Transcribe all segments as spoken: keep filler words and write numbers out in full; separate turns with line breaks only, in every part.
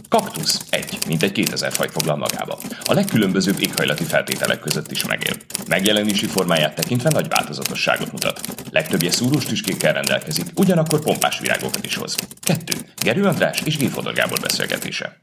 Kaktusz egy, mintegy kétezer fajt foglal magába. A legkülönbözőbb éghajlati feltételek között is megél. Megjelenési formáját tekintve nagy változatosságot mutat. Legtöbbje szúrós tüskékkel rendelkezik, ugyanakkor pompás virágokat is hoz. kettő. Gerő András és G. Fodor Gábor beszélgetése.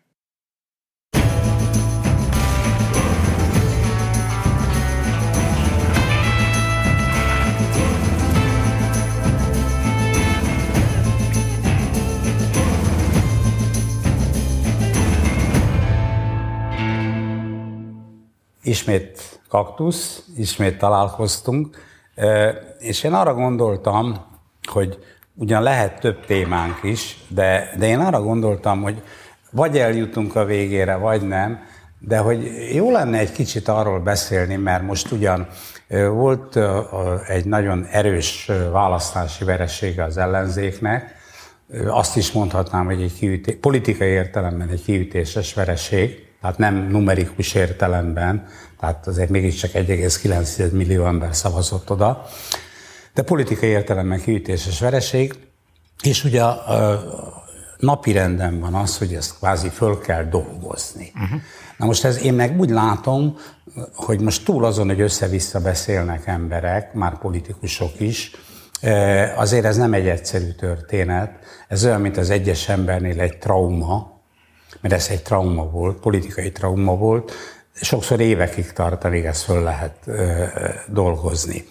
Ismét kaktusz, ismét találkoztunk, és én arra gondoltam, hogy ugyan lehet több témánk is, de, de én arra gondoltam, hogy vagy eljutunk a végére, vagy nem, de hogy jó lenne egy kicsit arról beszélni, mert most ugyan volt egy nagyon erős választási veresége az ellenzéknek, azt is mondhatnám, hogy egy kiütés, politikai értelemben egy kiütéses vereség, tehát nem numerikus értelemben, tehát azért mégiscsak egy egész kilenc millió ember szavazott oda, de politikai értelemben kiütéses vereség, és ugye a napirenden van az, hogy ezt kvázi föl kell dolgozni. Uh-huh. Na most ez, én meg úgy látom, hogy most túl azon, hogy össze-vissza beszélnek emberek, már politikusok is, azért ez nem egy egyszerű történet, ez olyan, mint az egyes embernél egy trauma, mert ez egy trauma volt, politikai trauma volt, sokszor évekig tart, amíg ezt föl lehet ö, dolgozni.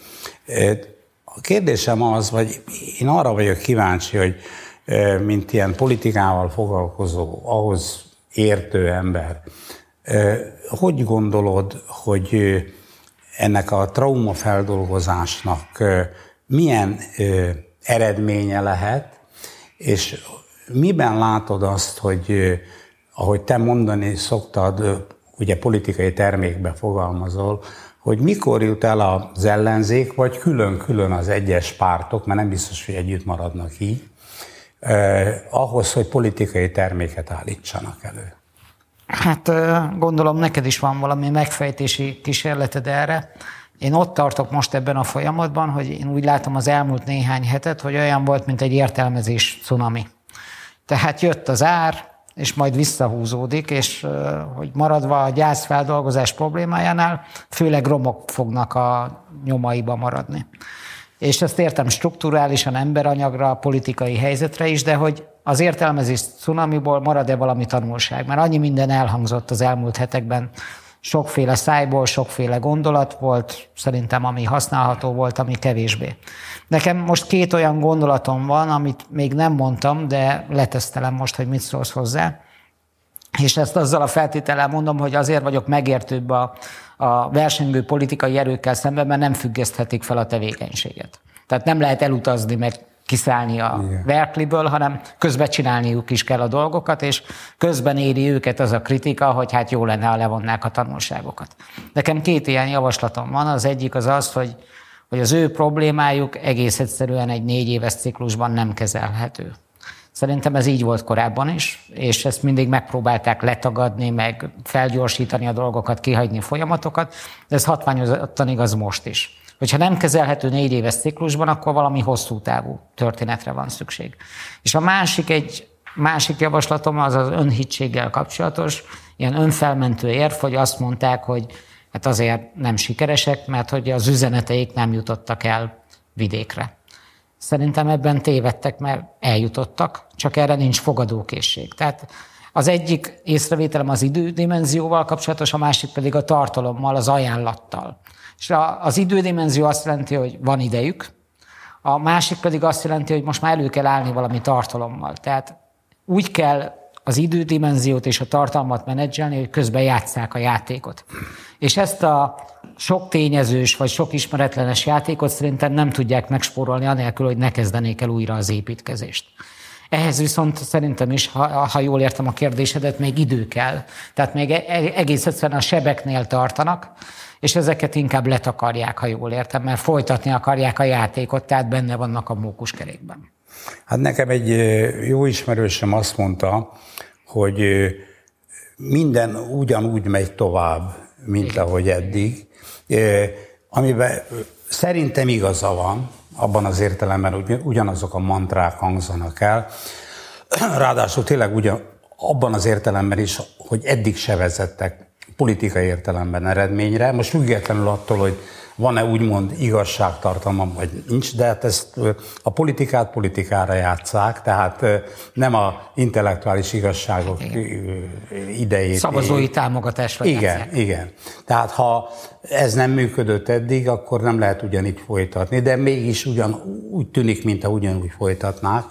A kérdésem az, vagy én arra vagyok kíváncsi, hogy ö, mint ilyen politikával foglalkozó, ahhoz értő ember, ö, hogy gondolod, hogy ö, ennek a traumafeldolgozásnak ö, milyen ö, eredménye lehet, és miben látod azt, hogy ö, ahogy te mondani szoktad, ugye politikai termékbe fogalmazol, hogy mikor jut el az ellenzék, vagy külön-külön az egyes pártok, mert nem biztos, hogy együtt maradnak így, eh, ahhoz, hogy politikai terméket állítsanak elő.
Hát gondolom neked is van valami megfejtési kísérleted erre. Én ott tartok most ebben a folyamatban, hogy én úgy látom az elmúlt néhány hetet, hogy olyan volt, mint egy értelmezés cunami. Tehát jött az ár, és majd visszahúzódik, és hogy maradva a gyászfeldolgozás problémájánál, főleg romok fognak a nyomaiba maradni. És ezt értem strukturálisan, emberanyagra, politikai helyzetre is, de hogy az értelmezés cunamiból marad-e valami tanulság? Mert annyi minden elhangzott az elmúlt hetekben, sokféle szájból, sokféle gondolat volt, szerintem ami használható volt, ami kevésbé. Nekem most két olyan gondolatom van, amit még nem mondtam, de letesztelem most, hogy mit szólsz hozzá. És ezt azzal a feltétellel mondom, hogy azért vagyok megértőbb a, a versengő politikai erőkkel szemben, mert nem függeszthetik fel a tevékenységet. Tehát nem lehet elutazni, meg kiszállni a verkliből, hanem közben csinálniuk is kell a dolgokat, és közben éri őket az a kritika, hogy hát jó lenne, ha levonnák a tanulságokat. Nekem két ilyen javaslatom van. Az egyik az az, hogy, hogy az ő problémájuk egész egyszerűen egy négy éves ciklusban nem kezelhető. Szerintem ez így volt korábban is, és ezt mindig megpróbálták letagadni, meg felgyorsítani a dolgokat, kihagyni a folyamatokat, de ez hatványozottan igaz most is. Hogyha nem kezelhető négy éves ciklusban, akkor valami hosszú távú történetre van szükség. És a másik egy másik javaslatom az az önhitséggel kapcsolatos, ilyen önfelmentő érv, hogy azt mondták, hogy hát azért nem sikeresek, mert hogy az üzeneteik nem jutottak el vidékre. Szerintem ebben tévedtek, mert eljutottak, csak erre nincs fogadókészség. Tehát az egyik észrevételem az idődimenzióval kapcsolatos, a másik pedig a tartalommal, az ajánlattal. És az idődimenzió azt jelenti, hogy van idejük, a másik pedig azt jelenti, hogy most már elő kell állni valami tartalommal. Tehát úgy kell az idődimenziót és a tartalmat menedzselni, hogy közben játsszák a játékot. És ezt a sok tényezős vagy sok ismeretlenes játékot szerintem nem tudják megspórolni anélkül, hogy ne kezdenék el újra az építkezést. Ehhez viszont szerintem is, ha, ha jól értem a kérdésedet, még idő kell. Tehát még egész egyszerűen a sebeknél tartanak, és ezeket inkább letakarják, ha jól értem, mert folytatni akarják a játékot, tehát benne vannak a mókuskerékben.
Hát nekem egy jó ismerősöm azt mondta, hogy minden ugyanúgy megy tovább, mint igen, ahogy eddig, amiben szerintem igaza van, abban az értelemben, hogy ugyanazok a mantrák hangzanak el, ráadásul tényleg ugyan abban az értelemben is, hogy eddig se vezettek politikai értelemben eredményre. Most függetlenül attól, hogy van-e úgymond igazságtartalma, vagy nincs, de hát ezt a politikát politikára játsszák, tehát nem a intellektuális igazságok idejét.
Szavazói támogatásra
igen,
játsszák.
Igen, tehát ha ez nem működött eddig, akkor nem lehet ugyanígy folytatni, de mégis ugyan, úgy tűnik, mintha ugyanúgy folytatnák.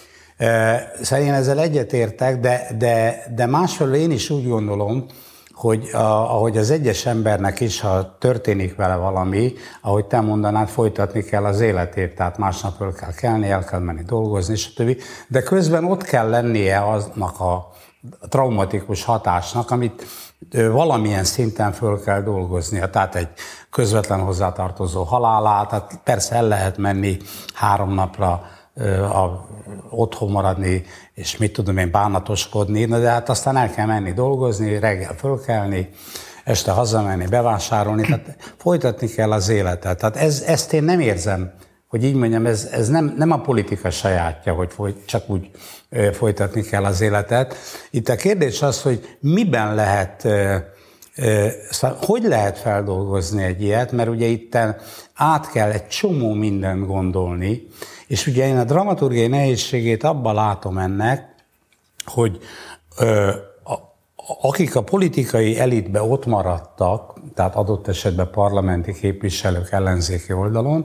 Szóval én ezzel egyetértek, de, de, de másfelől én is úgy gondolom, hogy a, ahogy az egyes embernek is, ha történik vele valami, ahogy te mondanád, folytatni kell az életét, tehát másnap föl kell kelni, el kell menni dolgozni, stb. De közben ott kell lennie aznak a traumatikus hatásnak, amit valamilyen szinten föl kell dolgoznia. Tehát egy közvetlen hozzátartozó halálát, tehát persze el lehet menni három napra a, otthon maradni, és mit tudom én, bánatoskodni, de hát aztán el kell menni dolgozni, reggel fölkelni, este hazamenni, bevásárolni, tehát folytatni kell az életet. Tehát ez, ezt én nem érzem, hogy így mondjam, ez, ez nem, nem a politika sajátja, hogy folyt, csak úgy folytatni kell az életet. Itt a kérdés az, hogy miben lehet, szóval hogy lehet feldolgozni egy ilyet, mert ugye itt át kell egy csomó mindent gondolni, és ugye én a dramaturgiai nehézségét abban látom ennek, hogy ö, a, akik a politikai elitbe ott maradtak, tehát adott esetben parlamenti képviselők ellenzéki oldalon,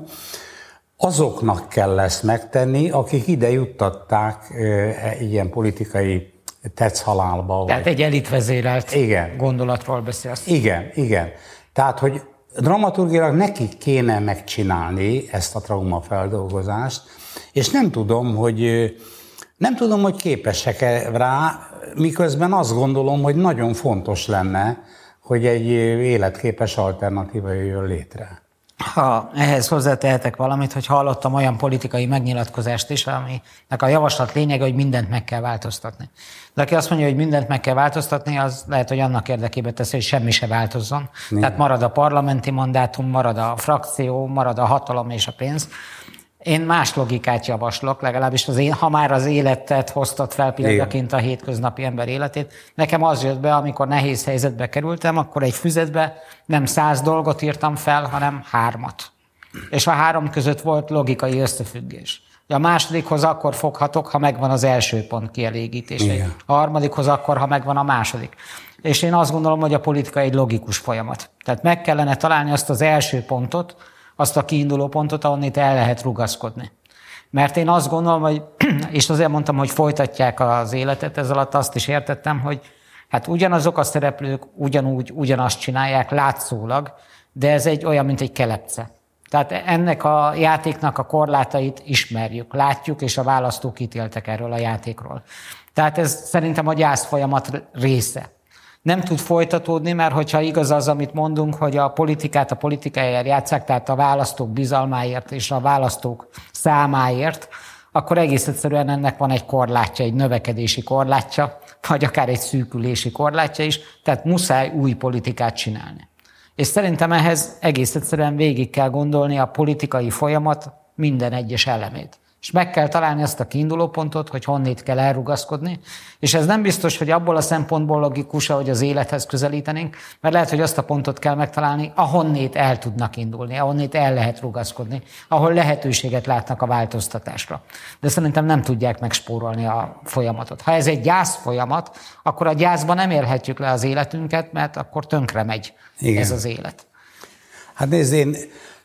azoknak kell ezt megtenni, akik ide juttatták ö, ilyen politikai tetszhalálba.
Tehát vagy... egy elitvezérelt
igen.
gondolatról beszélsz.
Igen, igen. Tehát, hogy dramaturgiailag nekik kéne megcsinálni ezt a traumafeldolgozást, és nem tudom, hogy nem tudom, hogy képesek-e rá, miközben azt gondolom, hogy nagyon fontos lenne, hogy egy életképes alternatíva jöjjön létre.
Ha ehhez hozzátehetek valamit, hogy hallottam olyan politikai megnyilatkozást is, aminek a javaslat lényege, hogy mindent meg kell változtatni. De aki azt mondja, hogy mindent meg kell változtatni, az lehet, hogy annak érdekében teszi, hogy semmi se változzon. Nem. Tehát marad a parlamenti mandátum, marad a frakció, marad a hatalom és a pénz. Én más logikát javaslok, legalábbis az én, ha már az életet hoztat fel példaként a hétköznapi ember életét. Nekem az jött be, amikor nehéz helyzetbe kerültem, akkor egy füzetbe nem száz dolgot írtam fel, hanem hármat. És a három között volt logikai összefüggés. A másodikhoz akkor foghatok, ha megvan az első pont kielégítése. A harmadikhoz akkor, ha megvan a második. És én azt gondolom, hogy a politika egy logikus folyamat. Tehát meg kellene találni azt az első pontot, azt a kiinduló pontot, ahonnét el lehet rugaszkodni. Mert én azt gondolom, hogy, és azért mondtam, hogy folytatják az életet, ez alatt azt is értettem, hogy hát ugyanazok a szereplők ugyanúgy, ugyanazt csinálják látszólag, de ez egy olyan, mint egy kelepce. Tehát ennek a játéknak a korlátait ismerjük, látjuk, és a választók ítéltek erről a játékról. Tehát ez szerintem a gyász folyamat része. Nem tud folytatódni, mert hogyha igaz az, amit mondunk, hogy a politikát a politikájáért játsszák, tehát a választók bizalmáért és a választók számáért, akkor egész egyszerűen ennek van egy korlátja, egy növekedési korlátja, vagy akár egy szűkülési korlátja is, tehát muszáj új politikát csinálni. És szerintem ehhez egész egyszerűen végig kell gondolni a politikai folyamat minden egyes elemét. És meg kell találni azt a kiinduló pontot, hogy honnét kell elrugaszkodni, és ez nem biztos, hogy abból a szempontból logikus, ahogy az élethez közelítenénk, mert lehet, hogy azt a pontot kell megtalálni, ahonnét el tudnak indulni, ahonnét el lehet rugaszkodni, ahol lehetőséget látnak a változtatásra. De szerintem nem tudják megspórolni a folyamatot. Ha ez egy gyász folyamat, akkor a gyászban nem élhetjük le az életünket, mert akkor tönkre megy Igen. ez az élet.
Hát nézd, én...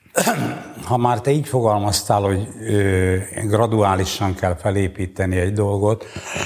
Ha már te így fogalmaztál, hogy ö, graduálisan kell felépíteni egy dolgot,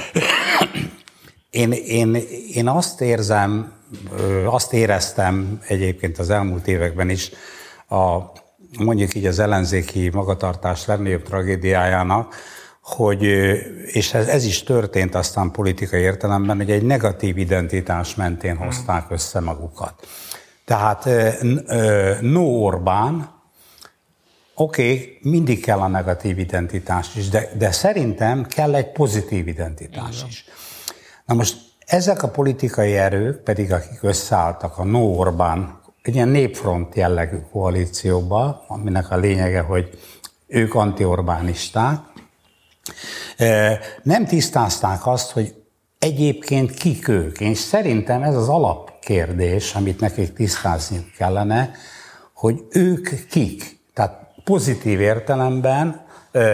én, én, én azt érzem, ö, azt éreztem egyébként az elmúlt években is, a, mondjuk így az ellenzéki magatartás legnagyobb tragédiájának, hogy, és ez, ez is történt aztán politikai értelemben, hogy egy negatív identitás mentén hozták össze magukat. Tehát no Orbán, Oké, okay, mindig kell a negatív identitás is, de, de szerintem kell egy pozitív identitás Igen. is. Na most ezek a politikai erők pedig, akik összeálltak a No Orbán, egy ilyen népfront jellegű koalícióba, aminek a lényege, hogy ők anti-orbánisták, nem tisztázták azt, hogy egyébként kik ők? És szerintem ez az alapkérdés, amit nekik tisztázni kellene, hogy ők kik. Tehát pozitív értelemben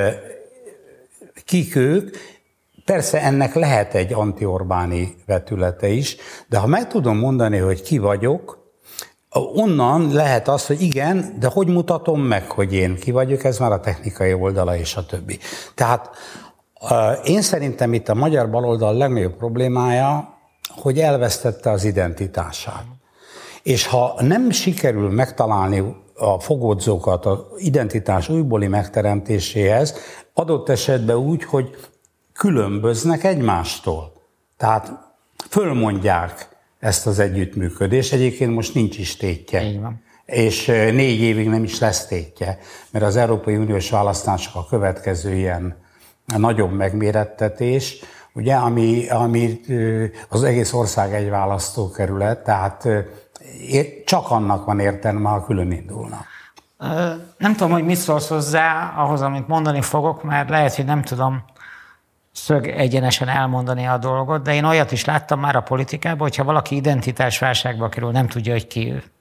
kik ők. Persze ennek lehet egy anti-Orbáni vetülete is, de ha meg tudom mondani, hogy ki vagyok, onnan lehet az, hogy igen, de hogy mutatom meg, hogy én ki vagyok, ez már a technikai oldala és a többi. Tehát én szerintem itt a magyar baloldal legnagyobb problémája, hogy elvesztette az identitását. És ha nem sikerül megtalálni a fogódzókat az identitás újbóli megteremtéséhez, adott esetben úgy, hogy különböznek egymástól. Tehát fölmondják ezt az együttműködést. Egyébként most nincs is tétje.
Így van.
És négy évig nem is lesz tétje, mert az Európai Uniós választások a következő ilyen nagyobb megmérettetés, ugye, ami, ami az egész ország egy választókerület, tehát csak annak van értelme, ha külön indulnak.
Nem tudom, hogy mit szólsz hozzá ahhoz, amit mondani fogok, mert lehet, hogy nem tudom szög egyenesen elmondani a dolgot, de én olyat is láttam már a politikában, hogyha valaki identitásválságba kerül, nem tudja, hogy ki ő.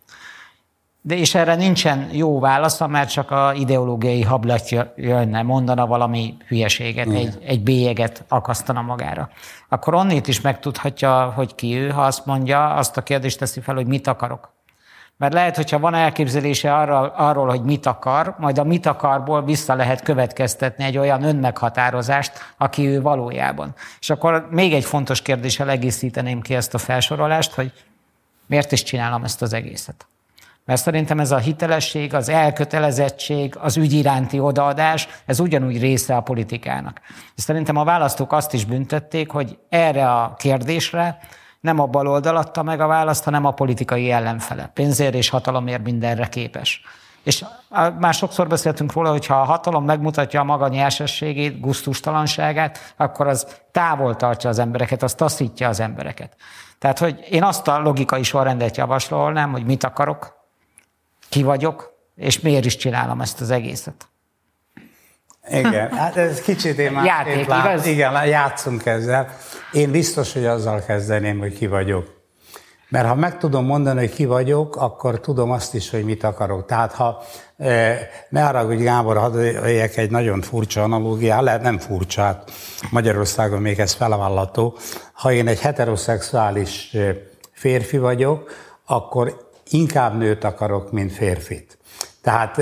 De és erre nincsen jó válasza, mert csak a ideológiai hablat jönne, mondana valami hülyeséget, egy, egy bélyeget akasztana magára. Akkor onnét is megtudhatja, hogy ki ő, ha azt mondja, azt a kérdést teszi fel, hogy mit akarok. Mert lehet, hogyha van elképzelése arról, arról, hogy mit akar, majd a mit akarból vissza lehet következtetni egy olyan önmeghatározást, aki ő valójában. És akkor még egy fontos kérdéssel egészíteném ki ezt a felsorolást, hogy miért is csinálom ezt az egészet. Mert szerintem ez a hitelesség, az elkötelezettség, az ügy iránti odaadás, ez ugyanúgy része a politikának. És szerintem a választók azt is büntették, hogy erre a kérdésre nem a baloldal adta meg a választ, hanem a politikai ellenfele. Pénzért és hatalomért mindenre képes. És már sokszor beszéltünk róla, hogy ha a hatalom megmutatja a maga nyersességét, gusztustalanságát, akkor az távol tartja az embereket, az taszítja az embereket. Tehát, hogy én azt a logikai sorrendet javasolnám, hogy mit akarok, ki vagyok, és miért is csinálom ezt az egészet.
Igen, hát ez kicsit én már
Játék,
lát,
igaz?
Igen, játszunk ezzel. Én biztos, hogy azzal kezdeném, hogy ki vagyok. Mert ha meg tudom mondani, hogy ki vagyok, akkor tudom azt is, hogy mit akarok. Tehát ha, ne haragudj Gábor, hadd éljek egy nagyon furcsa analógiát, lehet nem furcsát, Magyarországon még ez felvállalható. Ha én egy heteroszexuális férfi vagyok, akkor inkább nőt akarok, mint férfit. Tehát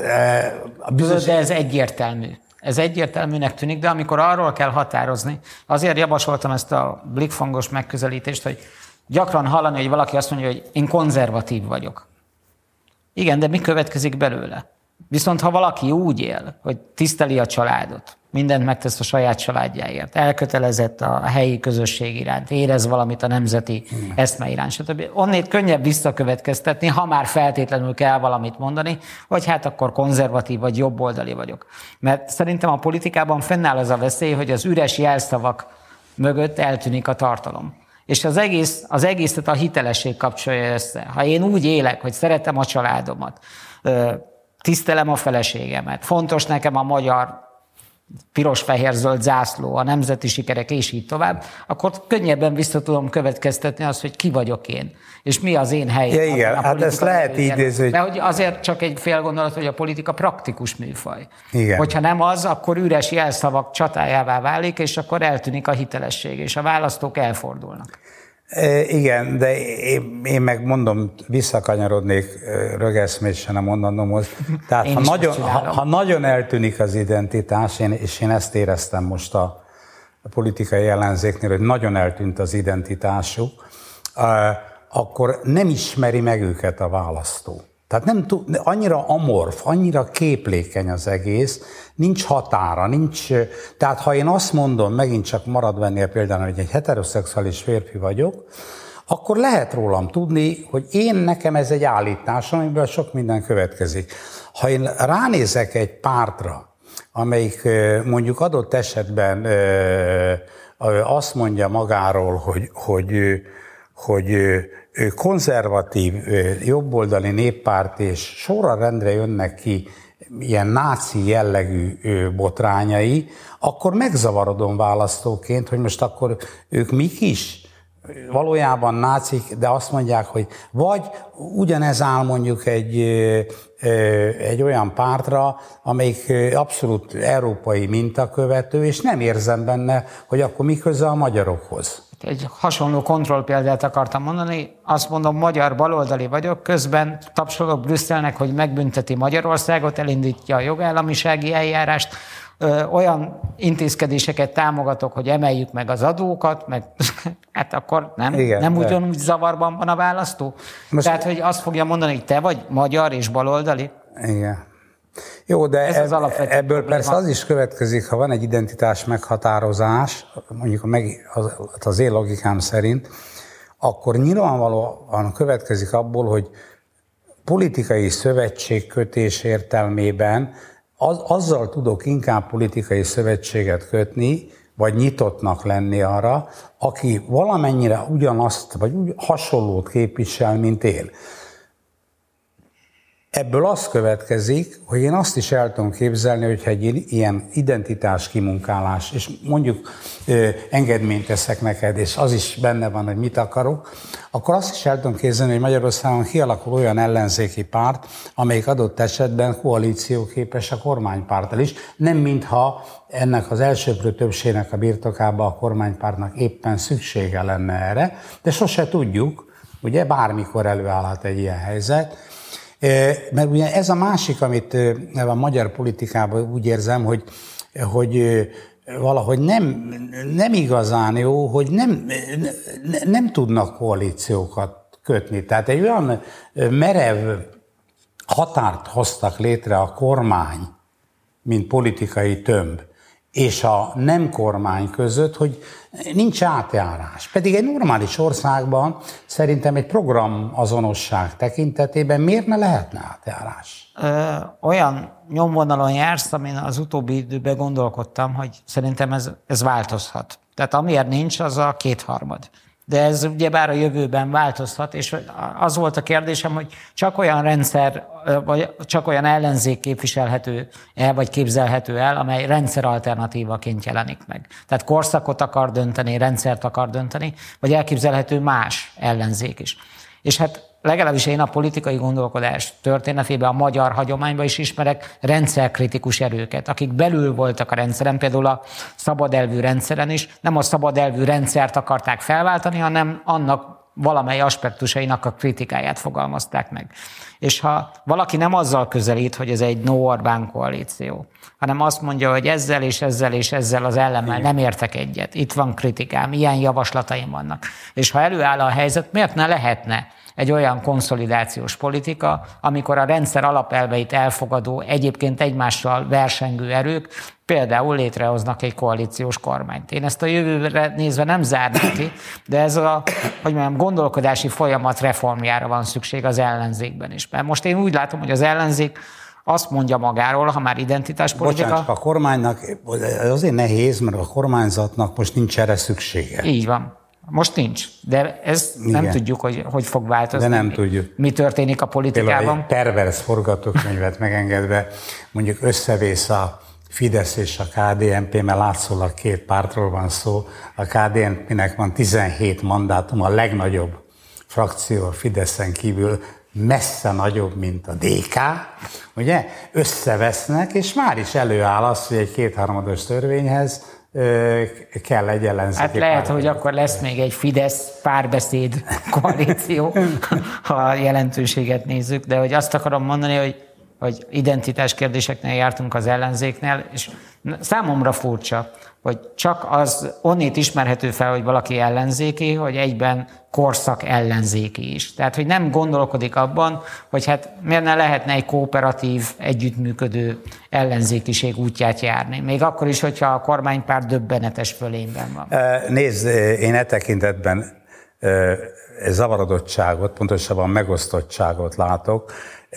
a bizonyos...
De ez egyértelmű. Ez egyértelműnek tűnik, de amikor arról kell határozni, azért javasoltam ezt a blikfangos megközelítést, hogy gyakran hallani, hogy valaki azt mondja, hogy én konzervatív vagyok. Igen, de mi következik belőle? Viszont ha valaki úgy él, hogy tiszteli a családot, mindent megtesz a saját családjáért, elkötelezett a helyi közösség iránt, érez valamit a nemzeti hmm. eszme iránt, stb. Onnét könnyebb visszakövetkeztetni, ha már feltétlenül kell valamit mondani, hogy hát akkor konzervatív vagy jobboldali vagyok. Mert szerintem a politikában fennáll az a veszély, hogy az üres jelszavak mögött eltűnik a tartalom. És az, egész, az egészet a hitelesség kapcsolja össze. Ha én úgy élek, hogy szeretem a családomat, tisztelem a feleségemet, fontos nekem a magyar piros-fehér-zöld zászló, a nemzeti sikerek, és így tovább, akkor könnyebben vissza tudom következtetni azt, hogy ki vagyok én, és mi az én helyem.
Ja, igen, hát ezt lehet így nézni, hogy...
Mert hogy azért csak egy fél gondolat, hogy a politika praktikus műfaj.
Igen.
Hogyha nem az, akkor üres jelszavak csatájává válik, és akkor eltűnik a hitelesség, és a választók elfordulnak.
Igen, de én, én meg mondom, visszakanyarodnék rögeszmésen a mondanomhoz. Tehát ha nagyon, ha, ha nagyon eltűnik az identitás, én, és én ezt éreztem most a, a politikai ellenzéknél, hogy nagyon eltűnt az identitásuk, akkor nem ismeri meg őket a választó. Tehát nem tud, annyira amorf, annyira képlékeny az egész, nincs határa, nincs... Tehát ha én azt mondom, megint csak marad vennél például, hogy egy heteroszexuális férfi vagyok, akkor lehet rólam tudni, hogy én nekem ez egy állítás, amiből sok minden következik. Ha én ránézek egy pártra, amelyik mondjuk adott esetben azt mondja magáról, hogy, hogy, hogy konzervatív, jobboldali néppárt, és sorra rendre jönnek ki ilyen náci jellegű botrányai, akkor megzavarodom választóként, hogy most akkor ők mik is? Valójában nácik, de azt mondják, hogy vagy ugyanez áll mondjuk egy, egy olyan pártra, amelyik abszolút európai mintakövető, és nem érzem benne, hogy akkor mi köze a magyarokhoz.
Egy hasonló kontrollpéldát akartam mondani, azt mondom, magyar baloldali vagyok, közben tapsolok Brüsszelnek, hogy megbünteti Magyarországot, elindítja a jogállamisági eljárást, Ö, olyan intézkedéseket támogatok, hogy emeljük meg az adókat, meg hát akkor nem, Igen, nem ugyanúgy zavarban van a választó. Most Tehát, hogy azt fogja mondani, hogy te vagy magyar és baloldali?
Igen. Jó, de
Ez
eb, ebből persze az is következik, ha van egy identitás meghatározás, mondjuk a meg, az, az én logikám szerint, akkor nyilvánvalóan következik abból, hogy politikai szövetségkötés értelmében az, azzal tudok inkább politikai szövetséget kötni, vagy nyitottnak lenni arra, aki valamennyire ugyanazt, vagy úgy hasonlót képvisel, mint én. Ebből az következik, hogy én azt is el tudom képzelni, hogyha egy ilyen identitás kimunkálás, és mondjuk ö, engedményt teszek neked, és az is benne van, hogy mit akarok, akkor azt is el tudom képzelni, hogy Magyarországon kialakul olyan ellenzéki párt, amelyik adott esetben koalícióképes a kormánypárttal is, nem mintha ennek az elsőprő többségnek a birtokában a kormánypártnak éppen szüksége lenne erre, de sose tudjuk, ugye bármikor előállhat egy ilyen helyzet. Mert ugye ez a másik, amit a magyar politikában úgy érzem, hogy, hogy valahogy nem, nem igazán jó, hogy nem, nem tudnak koalíciókat kötni. Tehát egy olyan merev határt hoztak létre a kormány, mint politikai tömb, és a nem kormány között, hogy nincs átjárás. Pedig egy normális országban szerintem egy programazonosság tekintetében miért ne lehetne átjárás?
Ö, olyan nyomvonalon jársz, amin az utóbbi időben gondolkodtam, hogy szerintem ez, ez változhat. Tehát amiért nincs, az a kétharmad. De ez ugyebár a jövőben változhat, és az volt a kérdésem, hogy csak olyan rendszer, vagy csak olyan ellenzék képviselhető el, vagy képzelhető el, amely rendszeralternatívaként jelenik meg. Tehát korszakot akar dönteni, rendszert akar dönteni, vagy elképzelhető más ellenzék is. És hát legalábbis én a politikai gondolkodás történetében, a magyar hagyományban is ismerek rendszerkritikus erőket, akik belül voltak a rendszeren, például a szabadelvű rendszeren is, nem a szabadelvű rendszert akarták felváltani, hanem annak valamely aspektusainak a kritikáját fogalmazták meg. És ha valaki nem azzal közelít, hogy ez egy no-Orbán koalíció, hanem azt mondja, hogy ezzel és ezzel és ezzel az ellemmel nem értek egyet, itt van kritikám, ilyen javaslataim vannak. És ha előáll a helyzet, miért ne lehetne egy olyan konszolidációs politika, amikor a rendszer alapelveit elfogadó, egyébként egymással versengő erők például létrehoznak egy koalíciós kormányt. Én ezt a jövőre nézve nem zárnám ki, de ez a, hogy mondjam, gondolkodási folyamat reformjára van szükség az ellenzékben is. Mert most én úgy látom, hogy az ellenzék azt mondja magáról, ha már identitáspolitika...
Bocsánat, a kormánynak azért nehéz, mert a kormányzatnak most nincs erre szüksége.
Így van. Most nincs, de ez Igen. nem tudjuk, hogy hogy fog változni.
De nem
mi,
tudjuk.
Mi történik a politikában.
Például egy pervers forgatókönyvet megengedve, mondjuk összevész a Fidesz és a ká dé en pé, mert látszólag két pártról van szó. A ká dé en pének van tizenhét mandátum, a legnagyobb frakció a Fideszen kívül, messze nagyobb, mint a dé ká, ugye? Összevesznek, és már is előáll az, hogy egy kétharmados törvényhez kell egy ellenzéki
Hát lehet, párbeszéd. Hogy akkor lesz még egy Fidesz párbeszéd koalíció, ha a jelentőséget nézzük, de hogy azt akarom mondani, hogy, hogy identitás kérdéseknél jártunk az ellenzéknél, és számomra furcsa, hogy csak az onnét ismerhető fel, hogy valaki ellenzéki, hogy egyben korszak ellenzéki is. Tehát, hogy nem gondolkodik abban, hogy hát miért ne lehetne egy kooperatív, együttműködő ellenzékiség útját járni. Még akkor is, hogyha a kormánypárt döbbenetes fölényben van.
Nézd, én e tekintetben zavarodottságot, pontosabban megosztottságot látok.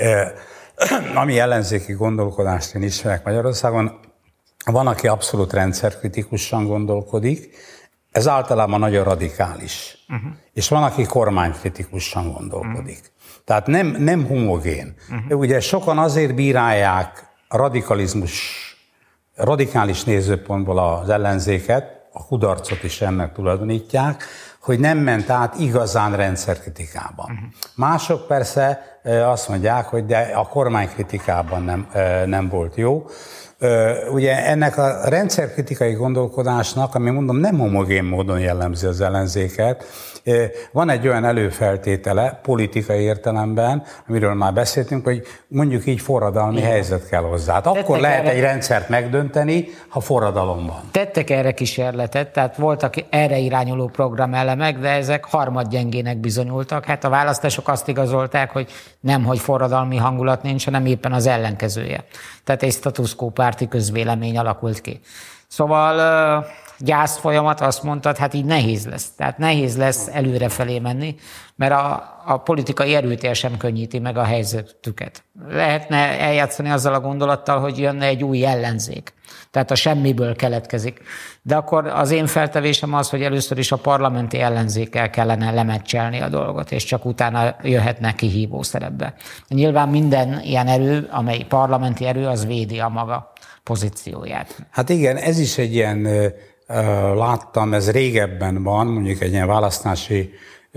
Ami ellenzéki gondolkodást én ismerek Magyarországon, van, aki abszolút rendszerkritikusan gondolkodik, ez általában nagyon radikális. Uh-huh. És van, aki kormánykritikusan gondolkodik. Uh-huh. Tehát nem, nem homogén. Uh-huh. Ugye sokan azért bírálják radikalizmus, radikális nézőpontból az ellenzéket, a kudarcot is ennek tulajdonítják, hogy nem ment át igazán rendszerkritikában. Uh-huh. Mások persze azt mondják, hogy de a kormánykritikában nem, nem volt jó. Ugye ennek a rendszerkritikai gondolkodásnak, ami mondom nem homogén módon jellemzi az ellenzéket, van egy olyan előfeltétele politikai értelemben, amiről már beszéltünk, hogy mondjuk így forradalmi Igen. helyzet kell hozzá. Hát akkor Tettek lehet erre... egy rendszert megdönteni, ha forradalom van.
Tettek erre kísérletet, tehát voltak erre irányuló programelemek, de ezek harmadgyengének bizonyultak. Hát a választások azt igazolták, hogy nem, hogy forradalmi hangulat nincs, hanem éppen az ellenkezője. Tehát egy status quo párti közvélemény alakult ki. Szóval gyász folyamat, azt mondtad, hát így nehéz lesz. Tehát nehéz lesz előrefelé menni, mert a, a politikai erőtér sem könnyíti meg a helyzetüket. Lehetne eljátszani azzal a gondolattal, hogy jönne egy új ellenzék. Tehát a semmiből keletkezik. De akkor az én feltevésem az, hogy először is a parlamenti ellenzékkel kellene lemeccselni a dolgot, és csak utána jöhetne kihívó szerepbe. Nyilván minden ilyen erő, amely parlamenti erő, az védi a maga pozícióját.
Hát igen, ez is egy ilyen, láttam, ez régebben van, mondjuk egy ilyen választási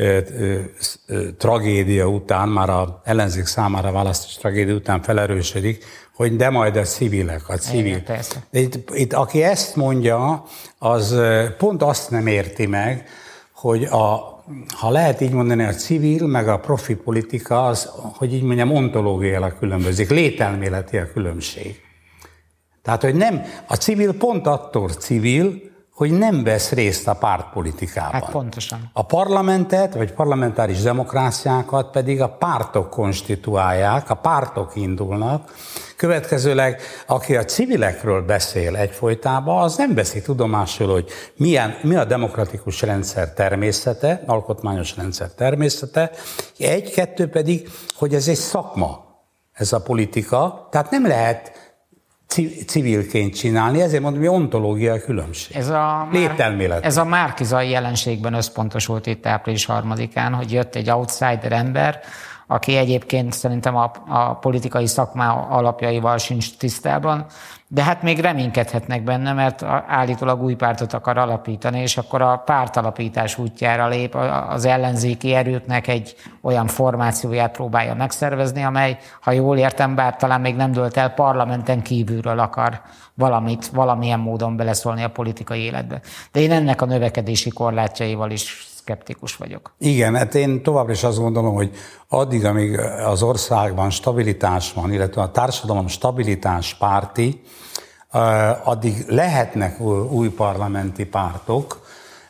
tragédia után, már az ellenzék számára a választási tragédia után felerősödik, hogy de majd a civilek, a civil.
Igen,
itt, itt, aki ezt mondja, az pont azt nem érti meg, hogy a, ha lehet így mondani, a civil meg a profi politika, az, hogy így mondjam, ontológiailag különbözik, lételméleti a különbség. Tehát, hogy nem, a civil pont attól civil, hogy nem vesz részt a pártpolitikában.
Hát pontosan.
A parlamentet, vagy parlamentáris demokráciákat pedig a pártok konstituálják, a pártok indulnak. Következőleg, aki a civilekről beszél egyfolytában, az nem veszi tudomásul, hogy milyen, mi a demokratikus rendszer természete, alkotmányos rendszer természete. Egy-kettő pedig, hogy ez egy szakma, ez a politika, tehát nem lehet civilként csinálni, ezért mondom, hogy ontológiai különbség.
Ez a,
lételmélet.
Ez a márkizai jelenségben összpontosult itt április harmadikán, hogy jött egy outsider ember, aki egyébként szerintem a, a politikai szakmá alapjaival sincs tisztában, de hát még reménykedhetnek benne, mert állítólag új pártot akar alapítani, és akkor a pártalapítás útjára lép, az ellenzéki erőknek egy olyan formációját próbálja megszervezni, amely, ha jól értem, bár talán még nem dőlt el, parlamenten kívülről akar valamit, valamilyen módon beleszólni a politikai életbe. De én ennek a növekedési korlátjaival is szkeptikus vagyok.
Igen, hát én továbbra is azt gondolom, hogy addig, amíg az országban stabilitás van, illetve a társadalom stabilitás párti, addig lehetnek új parlamenti pártok,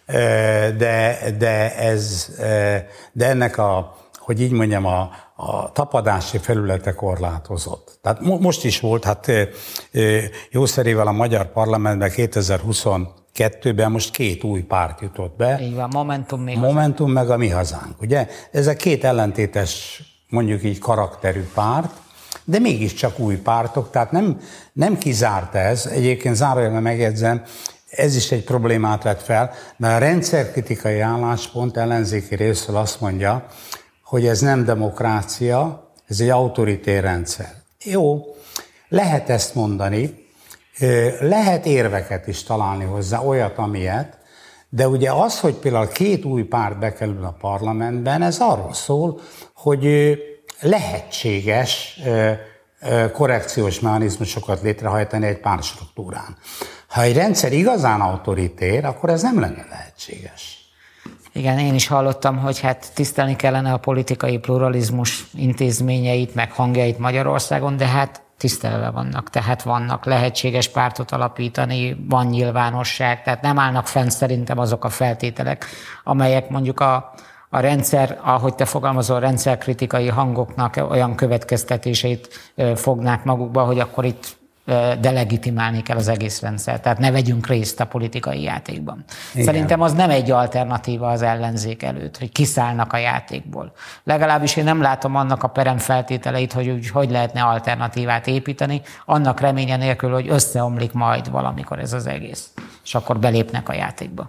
de, de, ez, de ennek a, hogy így mondjam, a, a tapadási felülete korlátozott. Tehát most is volt, hát jószerével a magyar parlamentben kétezer-huszonkettőben most két új párt jutott be.
Így van, Momentum, Mi
Momentum meg a Mi Hazánk, ugye? Ezek két ellentétes, mondjuk így karakterű párt, de mégiscsak új pártok, tehát nem, nem kizárt ez, egyébként zárójelben megjegyzem, ez is egy problémát vet fel, mert a rendszerkritikai álláspont ellenzéki részről azt mondja, hogy ez nem demokrácia, ez egy autoritér rendszer. Jó, lehet ezt mondani, lehet érveket is találni hozzá, olyat, amilyet, de ugye az, hogy például két új párt bekerül a parlamentben, ez arról szól, hogy lehetséges korrekciós mechanizmusokat létrehajtani egy pártstruktúrán. Ha egy rendszer igazán autoritér, akkor ez nem lenne lehetséges.
Igen, én is hallottam, hogy hát tisztelni kellene a politikai pluralizmus intézményeit, meg hangjait Magyarországon, de hát tisztelve vannak, tehát vannak lehetséges pártot alapítani, van nyilvánosság, tehát nem állnak fenn szerintem azok a feltételek, amelyek mondjuk a, a rendszer, ahogy te fogalmazol, rendszerkritikai hangoknak olyan következtetéseit fognák magukba, hogy akkor itt delegitimálni kell az egész rendszer. Tehát ne vegyünk részt a politikai játékban. Igen. Szerintem az nem egy alternatíva az ellenzék előtt, hogy kiszállnak a játékból. Legalábbis én nem látom annak a peremfeltételeit, hogy úgy, hogy lehetne alternatívát építeni, annak reménye nélkül, hogy összeomlik majd valamikor ez az egész. És akkor belépnek a játékba.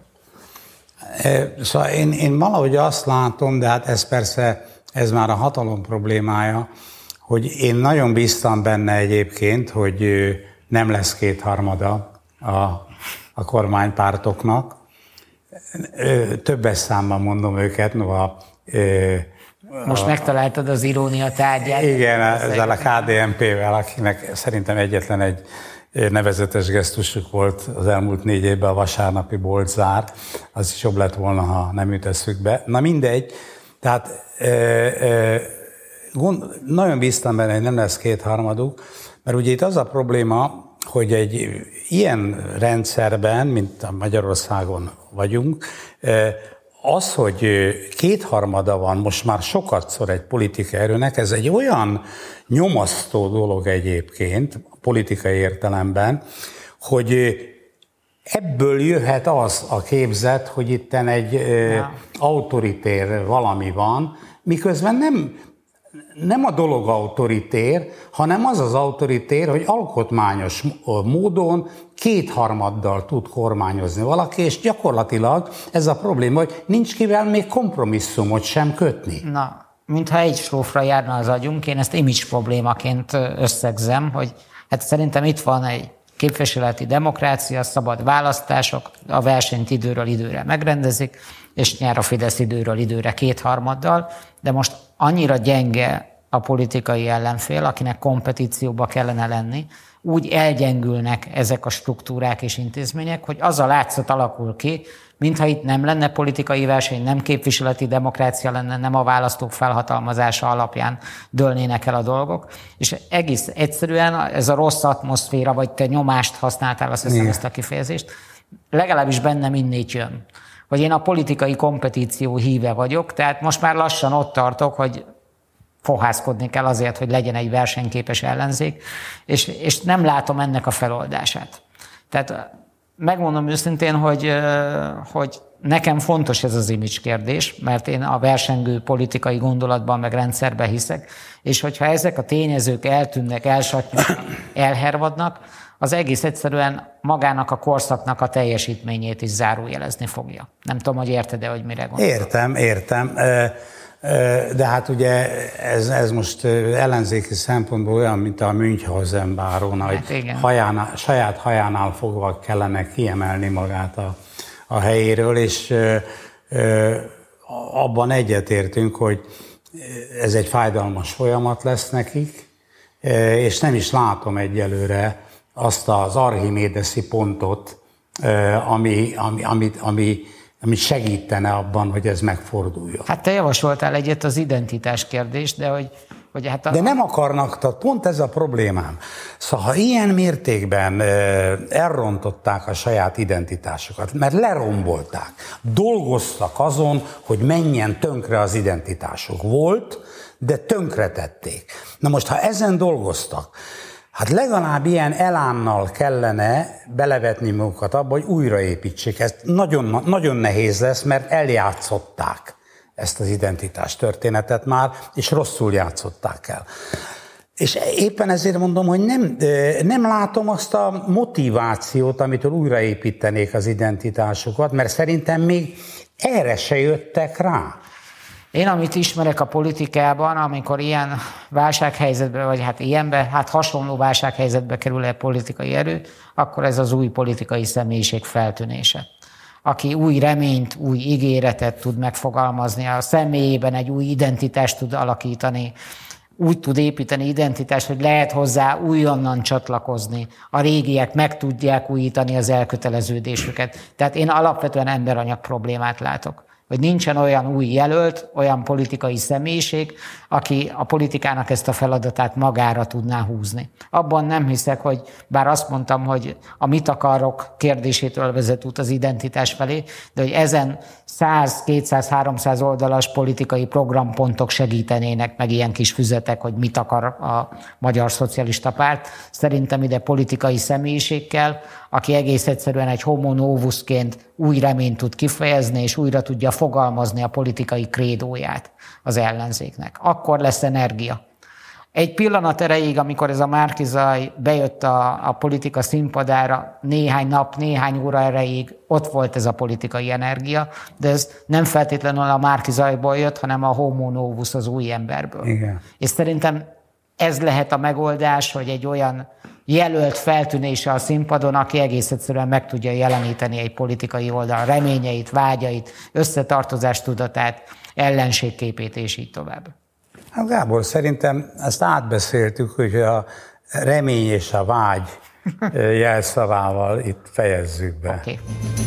Szóval én, én valahogy azt látom, de hát ez persze, ez már a hatalom problémája, hogy én nagyon bíztam benne egyébként, hogy nem lesz kétharmada a, a kormánypártoknak. Többes számban mondom őket, noha...
Most a, megtaláltad az irónia tárgyát.
Igen, ezzel a ká dé en pé-vel, akinek szerintem egyetlen egy nevezetes gesztusuk volt az elmúlt négy évben a vasárnapi boltzár, az is jobb lett volna, ha nem ütesszük be. Na mindegy, tehát e, e, gond, nagyon bíztam benne, hogy nem lesz kétharmaduk, mert ugye itt az a probléma, hogy egy ilyen rendszerben, mint a Magyarországon vagyunk, az, hogy kétharmada van most már sokatszor egy politikai erőnek, ez egy olyan nyomasztó dolog egyébként, politikai értelemben, hogy ebből jöhet az a képzet, hogy itten egy ja. autoritér valami van, miközben nem, nem a dolog autoritér, hanem az az autoritér, hogy alkotmányos módon kétharmaddal tud kormányozni valaki, és gyakorlatilag ez a probléma, hogy nincs kivel még kompromisszumot sem kötni.
Na, mintha egy strófra járna az agyunk, én ezt image problémaként összegzem, hogy hát szerintem itt van egy képviseleti demokrácia, szabad választások, a versenyt időről időre megrendezik, és nyer a Fidesz időről időre kétharmaddal, de most annyira gyenge a politikai ellenfél, akinek kompetícióba kellene lenni, úgy elgyengülnek ezek a struktúrák és intézmények, hogy az a látszat alakul ki, mintha itt nem lenne politikai verseny, nem képviseleti demokrácia lenne, nem a választók felhatalmazása alapján dőlnének el a dolgok, és egész egyszerűen ez a rossz atmoszféra, vagy te nyomást használtál, azt hiszem ezt a kifejezést, legalábbis bennem innét jön, hogy én a politikai kompetíció híve vagyok, tehát most már lassan ott tartok, hogy fohászkodni kell azért, hogy legyen egy versenyképes ellenzék, és, és nem látom ennek a feloldását. Tehát megmondom őszintén, hogy, hogy nekem fontos ez az image kérdés, mert én a versengő politikai gondolatban meg rendszerben hiszek, és hogyha ezek a tényezők eltűnnek, elsatnyulnak, elhervadnak, az egész egyszerűen magának a korszaknak a teljesítményét is zárójelezni fogja. Nem tudom, hogy érted-e, hogy mire gondolok.
Értem, értem. De hát ugye ez, ez most ellenzéki szempontból olyan, mint a Münchhausen báron, hogy hát hajánál, saját hajánál fogva kellene kiemelni magát a, a helyéről, és ö, ö, abban egyetértünk, hogy ez egy fájdalmas folyamat lesz nekik, és nem is látom egyelőre azt az archimédeszi pontot, ami, ami, ami, ami ami segítene abban, hogy ez megforduljon.
Hát te javasoltál egyet az identitás kérdést, de hogy, hogy hát... A...
De nem akarnak, tehát pont ez a problémám. Szóval ha ilyen mértékben elrontották a saját identitásokat, mert lerombolták, dolgoztak azon, hogy menjen tönkre az identitásuk. Volt, de tönkretették. Na most, ha ezen dolgoztak, hát legalább ilyen elánnal kellene belevetni magukat abba, hogy újraépítsék. Ez nagyon, nagyon nehéz lesz, mert eljátszották ezt az identitás történetet már, és rosszul játszották el. És éppen ezért mondom, hogy nem, nem látom azt a motivációt, amitől újraépítenék az identitásukat, mert szerintem még erre se jöttek rá.
Én, amit ismerek a politikában, amikor ilyen válsághelyzetbe, vagy hát ilyenbe, hát hasonló válsághelyzetbe kerül egy politikai erő, akkor ez az új politikai személyiség feltűnése. Aki új reményt, új ígéretet tud megfogalmazni, a személyében egy új identitást tud alakítani, úgy tud építeni identitást, hogy lehet hozzá újonnan csatlakozni, a régiek meg tudják újítani az elköteleződésüket. Tehát én alapvetően emberanyag problémát látok. Hogy nincsen olyan új jelölt, olyan politikai személyiség, aki a politikának ezt a feladatát magára tudná húzni. Abban nem hiszek, hogy bár azt mondtam, hogy a mit akarok kérdésétől vezet út az identitás felé, de hogy ezen száz, kétszáz, háromszáz oldalas politikai programpontok segítenének, meg ilyen kis füzetek, hogy mit akar a Magyar Szocialista Párt. Szerintem ide politikai személyiség kell, aki egész egyszerűen egy homo novusként új reményt tud kifejezni, és újra tudja fogalmazni a politikai krédóját az ellenzéknek. Akkor lesz energia. Egy pillanat erejéig, amikor ez a Márki-Zaj bejött a, a politika színpadára, néhány nap, néhány óra erejéig ott volt ez a politikai energia, de ez nem feltétlenül a Márki-Zajból jött, hanem a homo novus, az új emberből.
Igen.
És szerintem ez lehet a megoldás, hogy egy olyan jelölt feltűnése a színpadon, aki egész egyszerűen meg tudja jeleníteni egy politikai oldal reményeit, vágyait, összetartozás tudatát, ellenségképét és így tovább.
Hát Gábor, szerintem ezt átbeszéltük, hogy a remény és a vágy jelszavával itt fejezzük be.
Okay.